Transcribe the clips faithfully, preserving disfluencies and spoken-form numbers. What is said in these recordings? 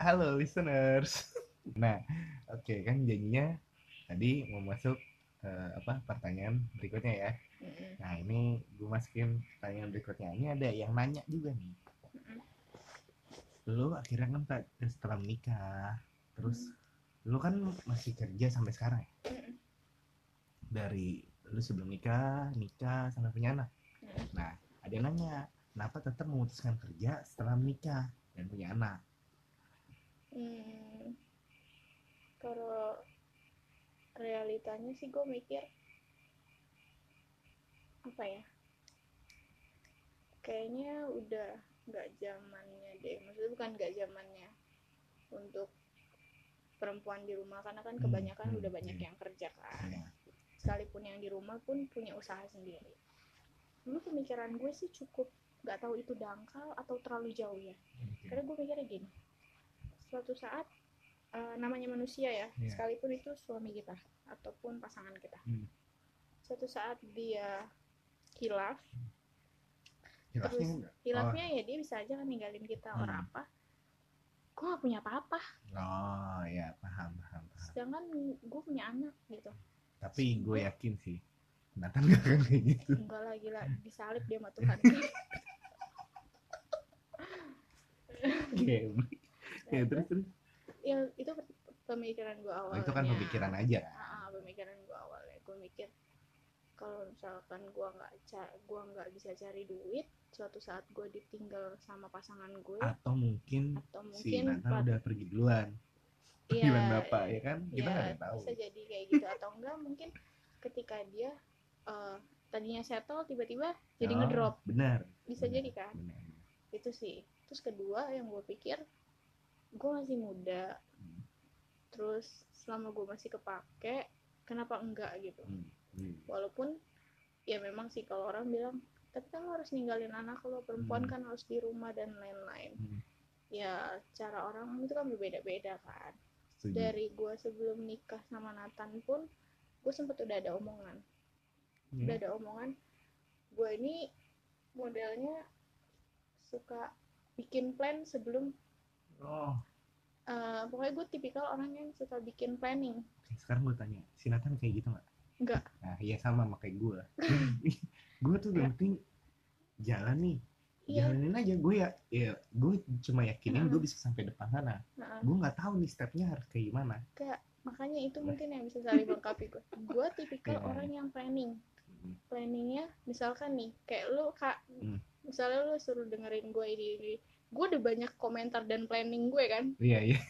halo listeners. Nah, oke okay, kan janjinya tadi mau masuk uh, apa pertanyaan berikutnya ya. Mm-mm. Nah ini gue masukin pertanyaan berikutnya. Ini ada yang nanya juga nih. Mm-mm. Lu akhirnya kan tak setelah menikah, terus Mm. lu kan masih kerja sampai sekarang ya? Mm-mm. Dari lu sebelum nikah, nikah sampai punya anak. Mm-mm. Nah ada yang nanya, kenapa tetap memutuskan kerja setelah menikah dan punya anak? Hmm, kalau realitanya sih gue mikir apa ya? Kayaknya udah nggak zamannya deh. Maksudnya bukan nggak zamannya untuk perempuan di rumah karena kan kebanyakan Hmm, hmm, udah banyak iya. yang kerja kan. Iya. Sekalipun yang di rumah pun punya usaha sendiri. Dulu pemikiran gue sih cukup nggak tahu itu dangkal atau terlalu jauh ya. Okay. Karena gue mikirnya gini, suatu saat uh, namanya manusia ya, Yeah. sekalipun itu suami kita ataupun pasangan kita, Hmm. suatu saat dia hilaf, Hilafnya terus enggak? hilafnya Oh. ya dia bisa aja kan ninggalin kita Hmm. orang apa, gue gak punya apa-apa. Oh ya paham paham paham. Sedangkan gue punya anak gitu. Tapi gue Gua- yakin sih Nathan gak akan kayak gitu. enggak lah, gila, disalib dia sama Tuhan. Oke. Ya terus terus. Ya itu pemikiran gue Oh, awalnya. itu kan pemikiran aja kan. Ah, pemikiran gue awalnya, gue mikir kalau misalkan gue nggak ca- gue nggak bisa cari duit, suatu saat gue ditinggal sama pasangan gue, Atau mungkin, atau si mungkin Nathan plat- udah pergi duluan. Iya, Panggilan bapak ya kan, kita ya, nggak ada yang tahu. bisa jadi kayak gitu. Atau enggak mungkin ketika dia uh, tadinya settle tiba-tiba jadi Oh, ngedrop, benar. bisa Benar, jadi kan. benar. Itu sih. Terus kedua yang gue pikir, gue masih muda, Hmm. terus selama gue masih kepake, kenapa enggak gitu. Hmm. Hmm. Walaupun ya memang sih kalau orang bilang, tapi kan lo harus ninggalin anak lo, perempuan Hmm. kan harus di rumah dan lain-lain. Hmm. Ya cara orang itu kan berbeda-beda kan. Setuju. Dari gue sebelum nikah sama Nathan pun, gue sempet udah ada omongan. Yeah. Udah ada omongan, gue ini modelnya suka bikin plan sebelum. Oh. Uh, pokoknya gue tipikal orang yang suka bikin planning. Sekarang gue tanya, si Nathan kayak gitu nggak? Enggak. Nah, iya sama sama kayak gue. Gue tuh udah penting jalan nih. Iya. Jalanin aja gue ya. Ya, gue cuma yakinin Nah. gue bisa sampai depan sana. Nah. Gue nggak tahu nih stepnya harus kayak gimana. Kayak makanya itu mungkin yang bisa saling melengkapi gue. Gue tipikal Yeah. orang yang planning. Hmm. Planningnya misalkan nih, kayak lu kak, Hmm. misalnya lu suruh dengerin gue ini, ini. Gue udah banyak komentar dan planning gue kan. Iya iya.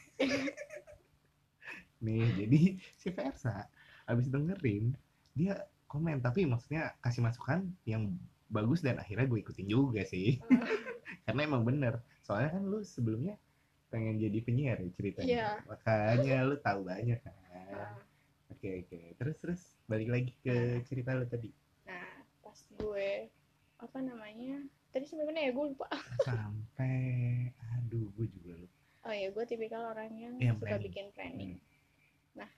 Nih jadi si Versa abis dengerin dia komen, tapi maksudnya kasih masukan yang bagus dan akhirnya gue ikutin juga sih. Uh. Karena emang bener, soalnya kan lu sebelumnya pengen jadi penyiar ya ceritanya. Yeah. Makanya lu tahu banyak kan. Uh. Oke oke. Terus terus balik lagi ke Nah. cerita lu tadi. Nah pas gue apa namanya tadi sampai mana ya, gue lupa. Sampai aduh gue juga lupa. Oh ya, gue tipikal orang yang yeah, suka planning. bikin planning. Hmm. Nah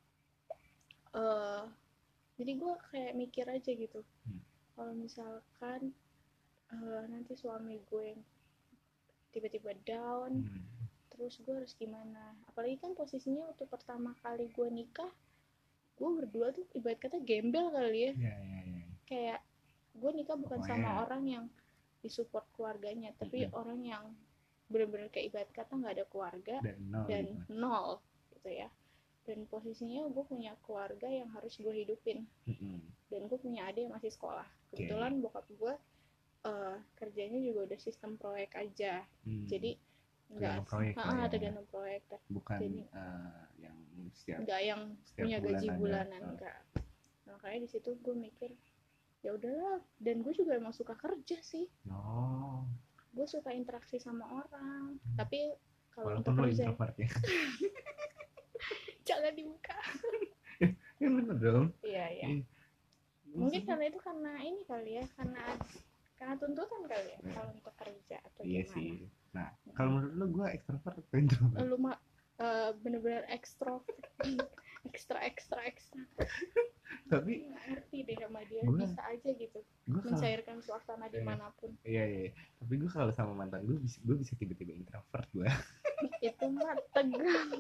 uh, jadi gue kayak mikir aja gitu. Hmm. Kalau misalkan uh, nanti suami gue yang tiba-tiba down, Hmm. terus gue harus gimana? Apalagi kan posisinya waktu pertama kali gue nikah, gue berdua tuh ibarat kata gembel kali ya. Yeah, yeah, yeah. Kayak gue nikah bukan Pokoknya sama orang yang disupport keluarganya, tapi mm-hmm. orang yang benar-benar kayak ibarat kata nggak ada keluarga dan nol, dan gitu. nol gitu ya. Dan posisinya gue punya keluarga yang harus gue hidupin. Mm-hmm. Dan gue punya adik yang masih sekolah. Kebetulan okay. Bokap gue uh, kerjanya juga udah sistem proyek aja. Hmm. Jadi nggak ah, ya. tergantung proyek. Bukan jadi, uh, yang setiap nggak yang setiap punya bulan gaji ada. bulanan Oh. enggak. Nah, makanya di situ gue mikir ya udahlah, dan gue juga emang suka kerja sih. Oh. Gue suka interaksi sama orang. Hmm. Tapi kalau untuk kerja ya. jangan dibuka. Ya bener dong. Iya iya. Eh, mungkin karena itu karena ini kali ya, karena karena tuntutan kali ya, kalau untuk kerja atau iya gimana. Sih. Nah, kalau menurut lu gue extrovert atau introvert? Lu mah uh, bener-bener ekstrovert. ekstra ekstra ekstra. Tapi nggak ngerti deh sama dia, gua, bisa aja gitu mencairkan suasana iya, dimanapun. Iya iya. Tapi gue kalau sama mantan gue bisa gue bisa tiba-tiba introvert gue. Itu mah tegang.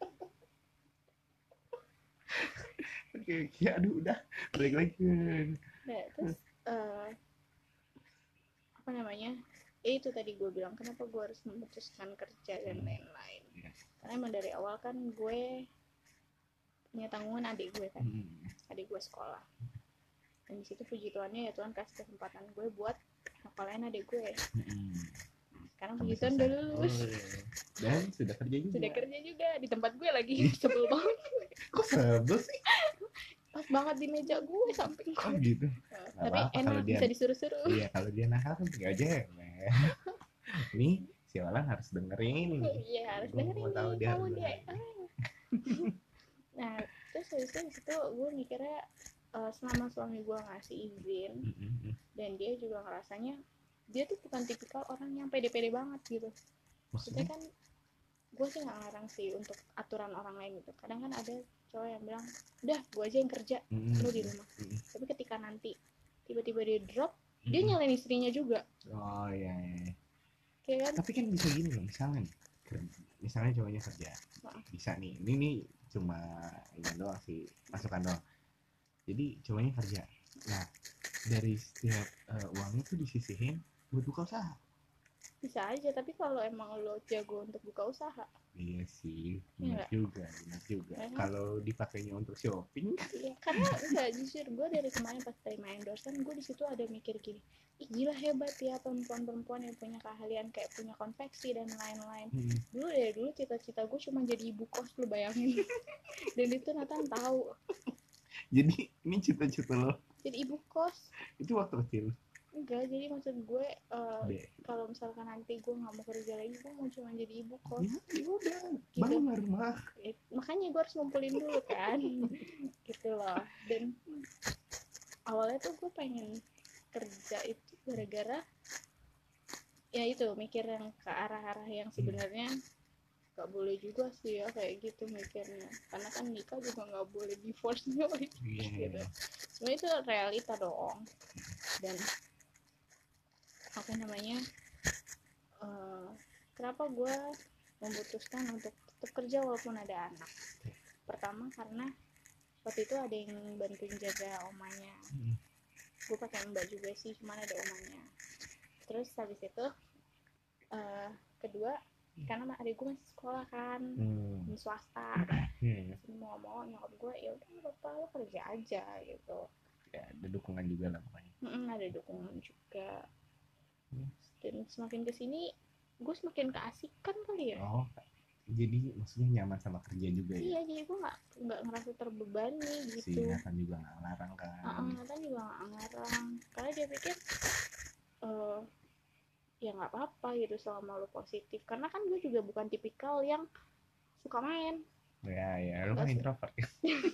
Oke, oke, aduh udah balik lagi. Nah, terus uh, apa namanya? Ya itu tadi gue bilang kenapa gue harus memutuskan kerja dan lain-lain. Karena emang dari awal kan gue punya tanggungan adik gue kan, adik gue sekolah. Dan disitu puji Tuhannya ya Tuhan kasih kesempatan gue buat ngapalain adik gue. Sekarang puji Tuhan udah lulus. Oh, iya. Dan sudah kerja juga. Sudah kerja juga di tempat gue lagi. Sebel banget. Kok sebel sih? Pas banget di meja gue samping gue. Oh gitu. Nah, Nggak tapi apa-apa enak kalau dia- bisa disuruh-suruh. Iya, kalau dia nakal kan tinggal aja. Nih, si Olan harus dengerin. Iya harus Gua dengerin mau tahu nih dia kamu harus dia. dengerin. Nah terus habis itu disitu gue mikirnya uh, selama suami gue ngasih izin Mm-mm. dan dia juga ngerasanya dia tuh bukan tipikal orang yang pede-pede banget gitu. Maksudnya Maksudnya? kan gue sih nggak ngarang sih untuk aturan orang lain gitu. Kadang kan ada cowok yang bilang udah gue aja yang kerja, Mm-mm. lu di rumah. Mm-mm. Tapi ketika nanti tiba-tiba dia drop, Mm-mm. dia nyalain istrinya juga. Oh iya, iya. Kayak kan? Tapi kan bisa gini loh, misalnya nih, ker- misalnya cowoknya kerja, Nah. bisa nih, ini nih cuma ini doang sih, masukan doang. Jadi cowoknya kerja, nah dari setiap uh, uangnya tuh disisihin buat buka usaha. Bisa aja, tapi kalau emang lo jago untuk buka usaha. Iya sih, benar Iya. juga, benar juga. Ya. Kalau dipakainya untuk shopping, Iya, karena enggak jujur gue dari kemarin pas terima endorsement gue di situ ada mikir gini, ih gila hebat ya perempuan-perempuan yang punya keahlian kayak punya konveksi dan lain-lain. hmm, Dulu dari dulu cita-cita gue cuma jadi ibu kos, lu bayangin. Dan itu Nathan tahu. jadi ini cita-cita lo Jadi ibu kos. itu waktu kecil. Enggak, jadi maksud gue uh, Deh. kalau misalkan nanti gue nggak mau kerja lagi, gue mau cuma jadi ibu kos. Ya, ya udah, Gitu. bangun rumah. Eh, makanya gue harus ngumpulin dulu kan. Gitu loh. Dan awalnya tuh gue pengen kerja itu gara-gara ya itu mikir yang ke arah-arah yang sebenarnya nggak boleh juga sih ya kayak gitu mikirnya, karena kan nikah juga nggak boleh divorce gitu. Iya. Sebenarnya itu realita dong. Dan apa namanya uh, kenapa gue memutuskan untuk tetap kerja walaupun ada anak. Pertama karena waktu itu ada yang bantuin jaga omanya. Hmm. Gue pakai mbak juga sih, cuman ada omanya. Terus habis itu uh, kedua karena adik gue masih sekolah kan, Hmm. di swasta. Hmm. Mau mau nyokap gue ya udah bapak lo kerja aja gitu. Ya, ada dukungan juga lah pokoknya. Mm-mm, ada dukungan juga. Hmm. Dan semakin kesini gue semakin keasikan kali ya. Oh, jadi maksudnya nyaman sama kerja juga ya? Iya, jadi gue nggak nggak ngerasa terbebani Si gitu. Nathan juga nggak ngelarang kan? Uh-uh, Nathan juga nggak ngarang, karena dia pikir uh, ya nggak apa-apa gitu selama lo positif. Karena kan gue juga bukan tipikal yang suka main. Ya, ya, lu kan Nggak sih. introvert ya?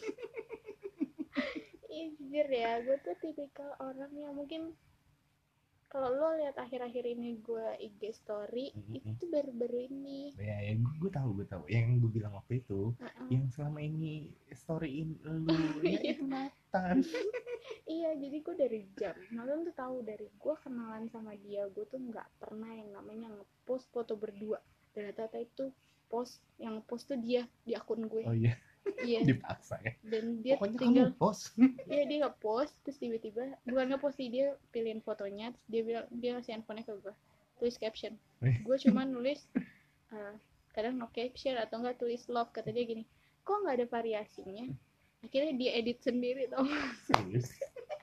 Iya jujur ya, gue tuh tipikal orang yang mungkin kalau lo lihat akhir-akhir ini gue I G story, Mm-mm. itu baru-baru ini. Ya, ya, gue, gue tahu, gue tahu. Yang gue bilang waktu itu, Uh-uh. yang selama ini storyin lu, ya Iya. itu Nathan. Iya, jadi gue dari jam Nathan tuh tahu dari gue kenalan sama dia, gue tuh nggak pernah yang namanya ngepost foto berdua. Dan ternyata itu post yang post tuh dia di akun gue. Oh iya, Iya. dipaksa ya. Dan dia Pokoknya tinggal kamu post. iya dia nge-post terus tiba-tiba bukan nge-post sih, dia pilihin fotonya terus dia bilang dia ngasih handphonenya ke gue, tulis caption. Gue cuma nulis uh, kadang no caption atau enggak tulis love, kata dia gini, kok nggak ada variasinya. Akhirnya dia edit sendiri tau. Serius.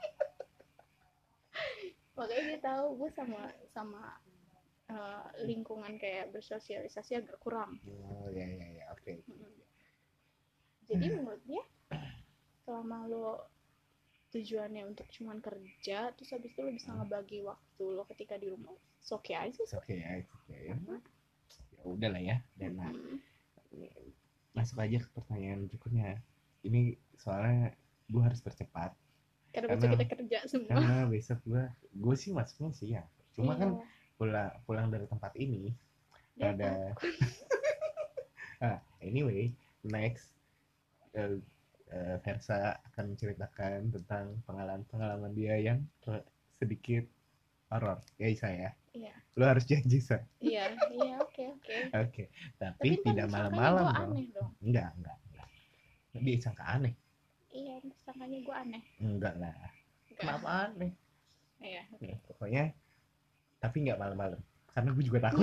Makanya dia tahu gue sama sama uh, lingkungan kayak bersosialisasi agak kurang. Oh ya ya ya, oke. Okay. Jadi menurut dia selama lo tujuannya untuk cuman kerja, terus habis itu lo bisa ngebagi waktu lo ketika di rumah, oke okay aja sih. Oke ya, oke ya. Ya udah lah ya. Dan nah, hmm. masuk aja ke pertanyaan berikutnya. Ini soalnya gue harus percepat. Karena, Karena besok kita kerja semua. Karena besok gue, gue sih masuknya sih ya. Cuma Iya. kan pulang pulang dari tempat ini Dia ada. Ah, anyway, next. Uh, uh, Versa akan menceritakan tentang pengalaman-pengalaman dia yang sedikit horor ya Isa ya. Iya. Lu harus janji Sa. Iya, iya, oke oke. Oke, tapi, Tapi ntar tidak disangkanya malam-malam gue dong. aneh dong. Enggak, enggak, enggak. Dia sangka aneh. Iya, disangkanya gue aneh. Enggak lah. Enggak. Kenapa aneh? Iya. Ya, pokoknya tapi enggak malam-malam. Karena gue juga takut.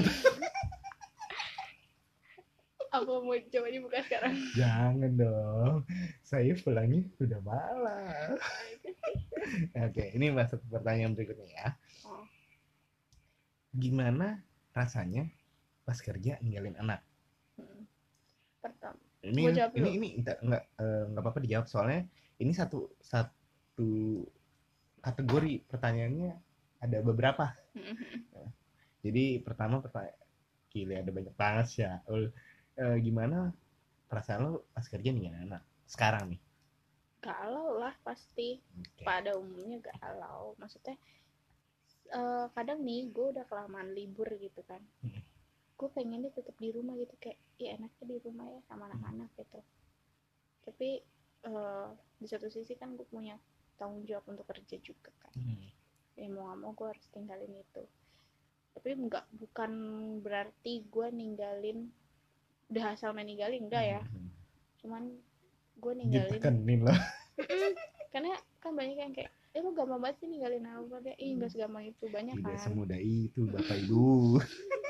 Apa mau coba dibuka sekarang? Jangan dong. Saya pulangnya udah malam. Oke, ini masuk ke pertanyaan berikutnya ya. Oh. Gimana rasanya pas kerja ninggalin anak? Hmm. Pertama. Ini Gua jawab ini dulu. ini enggak enggak eh, enggak apa-apa dijawab soalnya ini satu satu kategori pertanyaannya ada beberapa. Hmm. Jadi pertama pertanyaan gila ada banyak banget sih ya. Ul. Eh, gimana perasaan lo pas kerja ninggalin anak sekarang nih? Galau lah pasti. Oke. Pada umumnya galau. Maksudnya eh, kadang nih gue udah kelamaan libur gitu kan. Hmm. Gue pengennya tetap di rumah gitu, kayak ya enaknya di rumah ya sama anak-anak gitu. Tapi eh, di satu sisi kan gue punya tanggung jawab untuk kerja juga kan. Hmm. Ya mau gak mau gue harus tinggalin itu. Tapi enggak, bukan berarti gue ninggalin udah asal main ninggalin, enggak ya. Hmm. Cuman gue ninggalin Ditekenin lah. karena kan banyak yang kayak eh lu gampang banget sih ninggalin apa dia. Ih enggak segampang itu, banyak Tidak kan. semudah itu Bapak Ibu.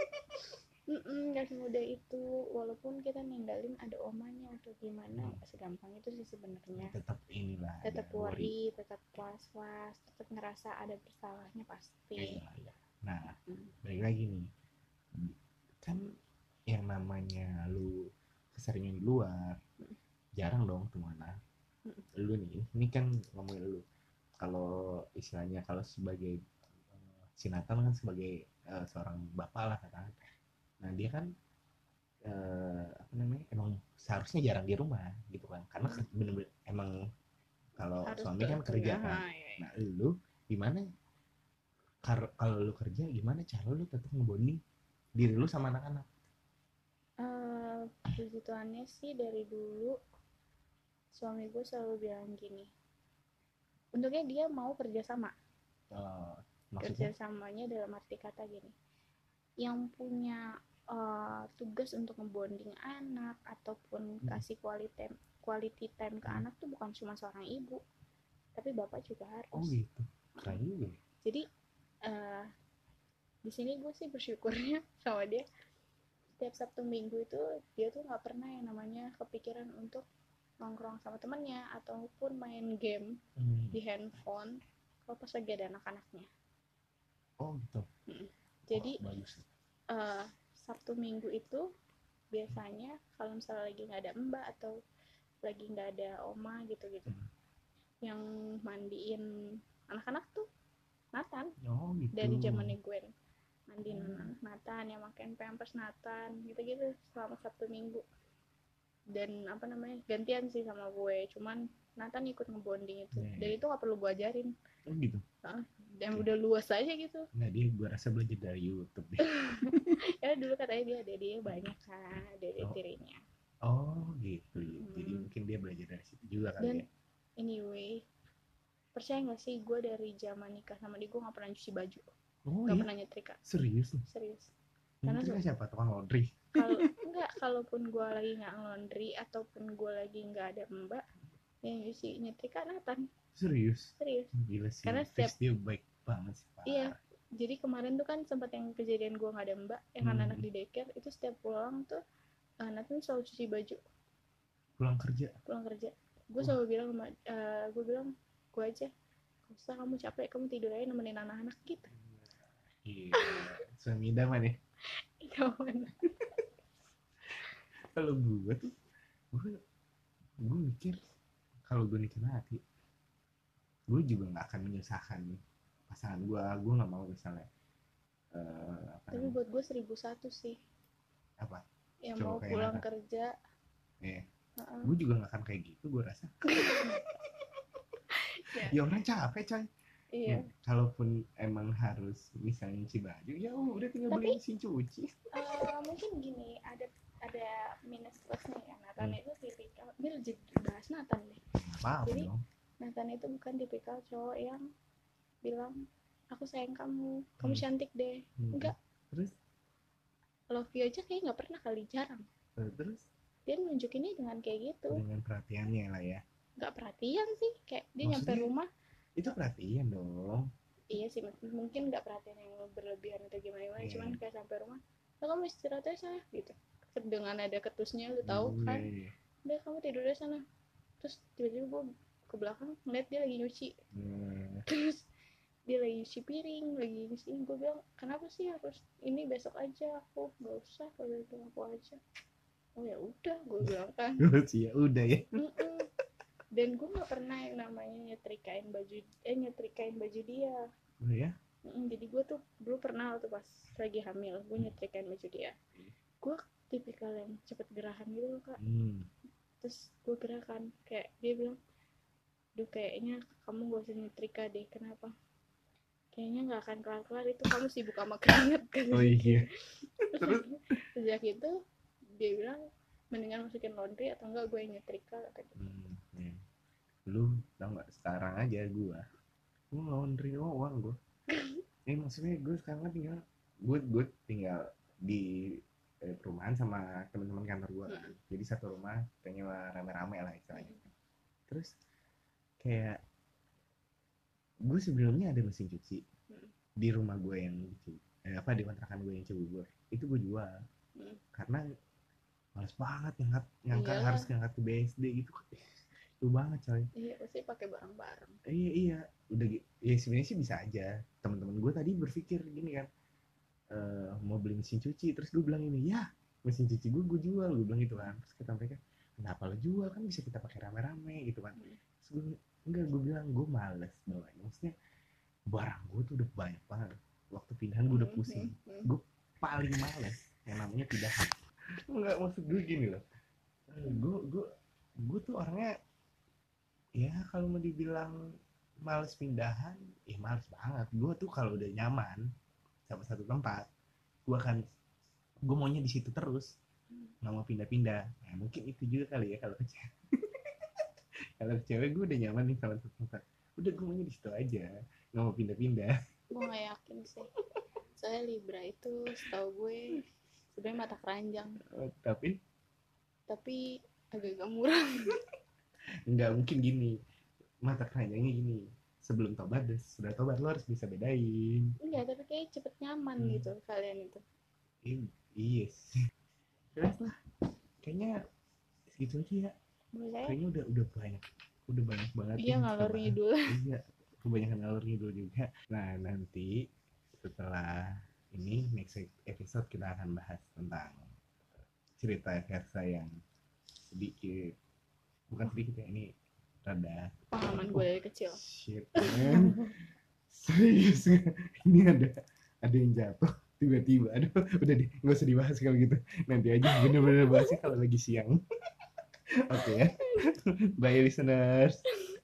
Mm nggak semudah itu, walaupun kita ninggalin ada omanya atau gimana, nggak segampang itu sih sebenarnya. Tetap inilah. Tetap ada worry. worry, tetap was-was, tetap ngerasa ada bersalahnya pasti. Iya, iya. Nah, Hmm. balik lagi nih. Kan yang namanya lu keseringan di luar, jarang dong kemana. Lu nih, ini kan ngomongin lu. Kalau istilahnya kalau sebagai uh, si Nathan kan sebagai uh, seorang bapak lah katakan. Nah dia kan uh, apa namanya emang seharusnya jarang di rumah gitu kan, karena bener-bener emang kalau Harus suami kan tuh, kerja ya, kan. ya, ya. Nah lu gimana Kar- kalau lu kerja gimana cara lu tetap ngebonding diri lu sama anak-anak? Eh, puji Tuhannya sih dari dulu suami gue selalu bilang gini, untungnya dia mau kerja sama. Uh, maksudnya Kerjasamanya dalam arti kata gini, yang punya uh, tugas untuk ngebonding anak ataupun Hmm. kasih quality time, quality time ke Hmm. anak tuh bukan cuma seorang ibu, tapi bapak juga harus. oh gitu keren juga ya. Jadi uh, di sini gue sih bersyukurnya sama dia, setiap Sabtu Minggu itu dia tuh nggak pernah yang namanya kepikiran untuk nongkrong sama temannya ataupun main game Hmm. di handphone kalau pas lagi ada anak-anaknya. oh gitu. Mm. Jadi oh, bagus. uh, Sabtu Minggu itu biasanya kalau misalnya lagi nggak ada mbak atau lagi nggak ada oma gitu-gitu, Hmm. yang mandiin anak-anak tuh Nathan. oh gitu. Dari zamannya gue mandiin Hmm. anak Nathan, yang makan pampers Nathan gitu-gitu selama Sabtu Minggu. Dan apa namanya gantian sih sama gue, cuman Nathan ikut ngebonding itu. Yeah. Dan itu nggak perlu gue ajarin, oh gitu. dan Oke. udah luas aja gitu. Nggak, dia gue rasa belajar dari YouTube deh. Ya dulu katanya dia ada dia banyak kan ada Oh. tirinya. oh gitu. Jadi Hmm. mungkin dia belajar dari situ juga kali Dan ya. anyway, percaya nggak sih gue dari zaman nikah sama dia gue nggak pernah cuci baju, oh nggak iya pernah nyetrika, serius nih. serius. Karena Karena siapa tukang laundry? Kalau enggak, kalaupun gue lagi nggak laundry ataupun gue lagi nggak ada mbak yang cuci nyetrika Nathan, serius. serius. Gila sih. Karena Terus setiap- dia baik banget sih Pak. Iya. Jadi kemarin tuh kan sempat yang kejadian gue nggak ada mbak, yang Hmm. anak-anak di daycare itu setiap pulang tuh uh, Nathan selalu cuci baju pulang kerja. pulang kerja. Gue Wah. selalu bilang sama uh, gue bilang gue aja gak usah, kamu capek kamu tidur aja nemenin anak-anak gitu. Iya. Suami idaman ya. Kawan. Kalau gue tuh gue gue mikir kalau gue nikah nanti gue juga nggak akan menyusahkan pasangan gue. Gue nggak mau misalnya eh, apa Tapi namanya, buat gue seribu satu sih apa yang Cowok mau kayak pulang Nathan. kerja. ya Uh-uh. gue juga nggak akan kayak gitu gue rasa. Ya. Ya orang capek coy. Iya. Hmm, kalaupun emang harus misalnya nyuci baju ya udah tinggal Tapi- beli mesin cuci. Uh, mungkin gini, ada ada minus plusnya ya. Nathan Hmm. itu tipikal, ini jadi bahas Nathan deh. Apa Jadi- dong. Nathan itu bukan tipikal cowok yang bilang aku sayang kamu, kamu Hmm. cantik deh. Hmm. Enggak, Terus love you aja kayak nggak pernah kali, jarang. eh, terus Dia nunjukinnya dengan kayak gitu, dengan perhatiannya lah ya. nggak perhatian sih, kayak dia nyampe Maksudnya rumah. itu perhatian dong. Iya sih, m- mungkin nggak perhatian yang berlebihan atau gimana gimana, Iya. cuman kayak sampai rumah, "Nah, kamu istirahat aja sana," gitu. Dengan ada ketusnya, lu tahu Hmm, kan, iya, iya. udah kamu tidur aja sana. Terus tiba-tiba gue ke belakang ngeliat dia lagi nyuci, Hmm. terus dia lagi nyuci piring, lagi nyuci. Gue bilang, kenapa sih harus ini, besok aja, aku nggak usah, kalau itu aku aja. Oh ya udah, gue bilang kan. Terus ya udah ya. Mm-mm. Dan gue nggak pernah yang namanya nyetrikain baju, eh nyetrikain baju dia. Oh ya. Mm, jadi gue tuh dulu pernah tuh pas lagi hamil, gue nyetrikain baju dia. Gue tipikal yang cepet gerahan gitu loh, Kak. Hmm. Terus gue gerakan, kayak dia bilang, duh kayaknya kamu gak usah nyetrika deh. Kenapa? Kayaknya nggak akan kelar-kelar itu, kamu sibuk sama keringet kan. Oh iya. Terus sejak itu dia bilang, mendingan masukin laundry atau enggak gue yang nyetrika kata gitu. Hmm, iya. Lu tau nggak sekarang aja gua gua laundry doang gua. Eh maksudnya gue sekarang kan tinggal gue gue tinggal di eh, perumahan sama teman-teman kantor gue kan. Hmm. Jadi satu rumah kayaknya rame-rame lah istilahnya. Terus kayak gue sebelumnya ada mesin cuci Hmm. di rumah gue yang eh, apa di kontrakan gue yang Cibubur itu gue jual. Hmm. Karena males banget ngangkat ngangkat Iyalah. harus ngangkat ke B S D gitu. Itu banget coy. Iya pasti pakai barang-barang. Eh, iya iya udah gi- ya sebenarnya sih bisa aja. Teman-teman gue tadi berpikir gini kan, eh, mau beli mesin cuci, terus gue bilang ini ya mesin cuci gue gue jual, gue bilang gitu kan. Terus kata mereka, kenapa lo jual, kan bisa kita pakai rame-rame gitu kan. Hmm. Terus gue enggak, gue bilang gue males bawanya, maksudnya barang gue tuh udah banyak banget, waktu pindahan gue udah pusing. Hmm. Hmm. Gue paling males yang namanya pindahan. Enggak, maksud gue gini loh, gue gue gue tuh orangnya ya kalau mau dibilang males pindahan, ya males banget. Gue tuh kalau udah nyaman sama satu tempat, gue akan gue maunya di situ terus, nggak mau pindah-pindah. Nah, mungkin itu juga kali ya kalau ke cewek. Kalau ke cewek gue udah nyaman nih sama satu tempat, udah gue maunya di situ aja, nggak mau pindah-pindah. Gue nggak yakin sih, soalnya Libra itu setahu gue sebenarnya mata keranjang, Oh, tapi tapi agak-agak murah. nggak mungkin gini, mata keranjangnya gini, sebelum tobat dan sudah tobat lo harus bisa bedain. Enggak, tapi kayak cepet nyaman Hmm. gitu kalian itu. I- iya sih. Jelas lah, kayaknya segitu aja ya. Boleh. Kayaknya udah udah banyak udah banyak banget Iya yang ngalor kita bahas. ngidul. Iya, kebanyakan ngalor ngidul juga. Nah, nanti setelah ini next episode kita akan bahas tentang cerita Versa yang sedikit, bukan sedikit ya, ini rada Pengalaman gue dari kecil. shit man. Serius nggak? Ini ada ada yang jatuh tiba-tiba. Aduh, udah deh, nggak usah dibahas kalau gitu. Nanti aja bener-bener bahasnya kalau lagi siang. Oke ya. Bye listeners.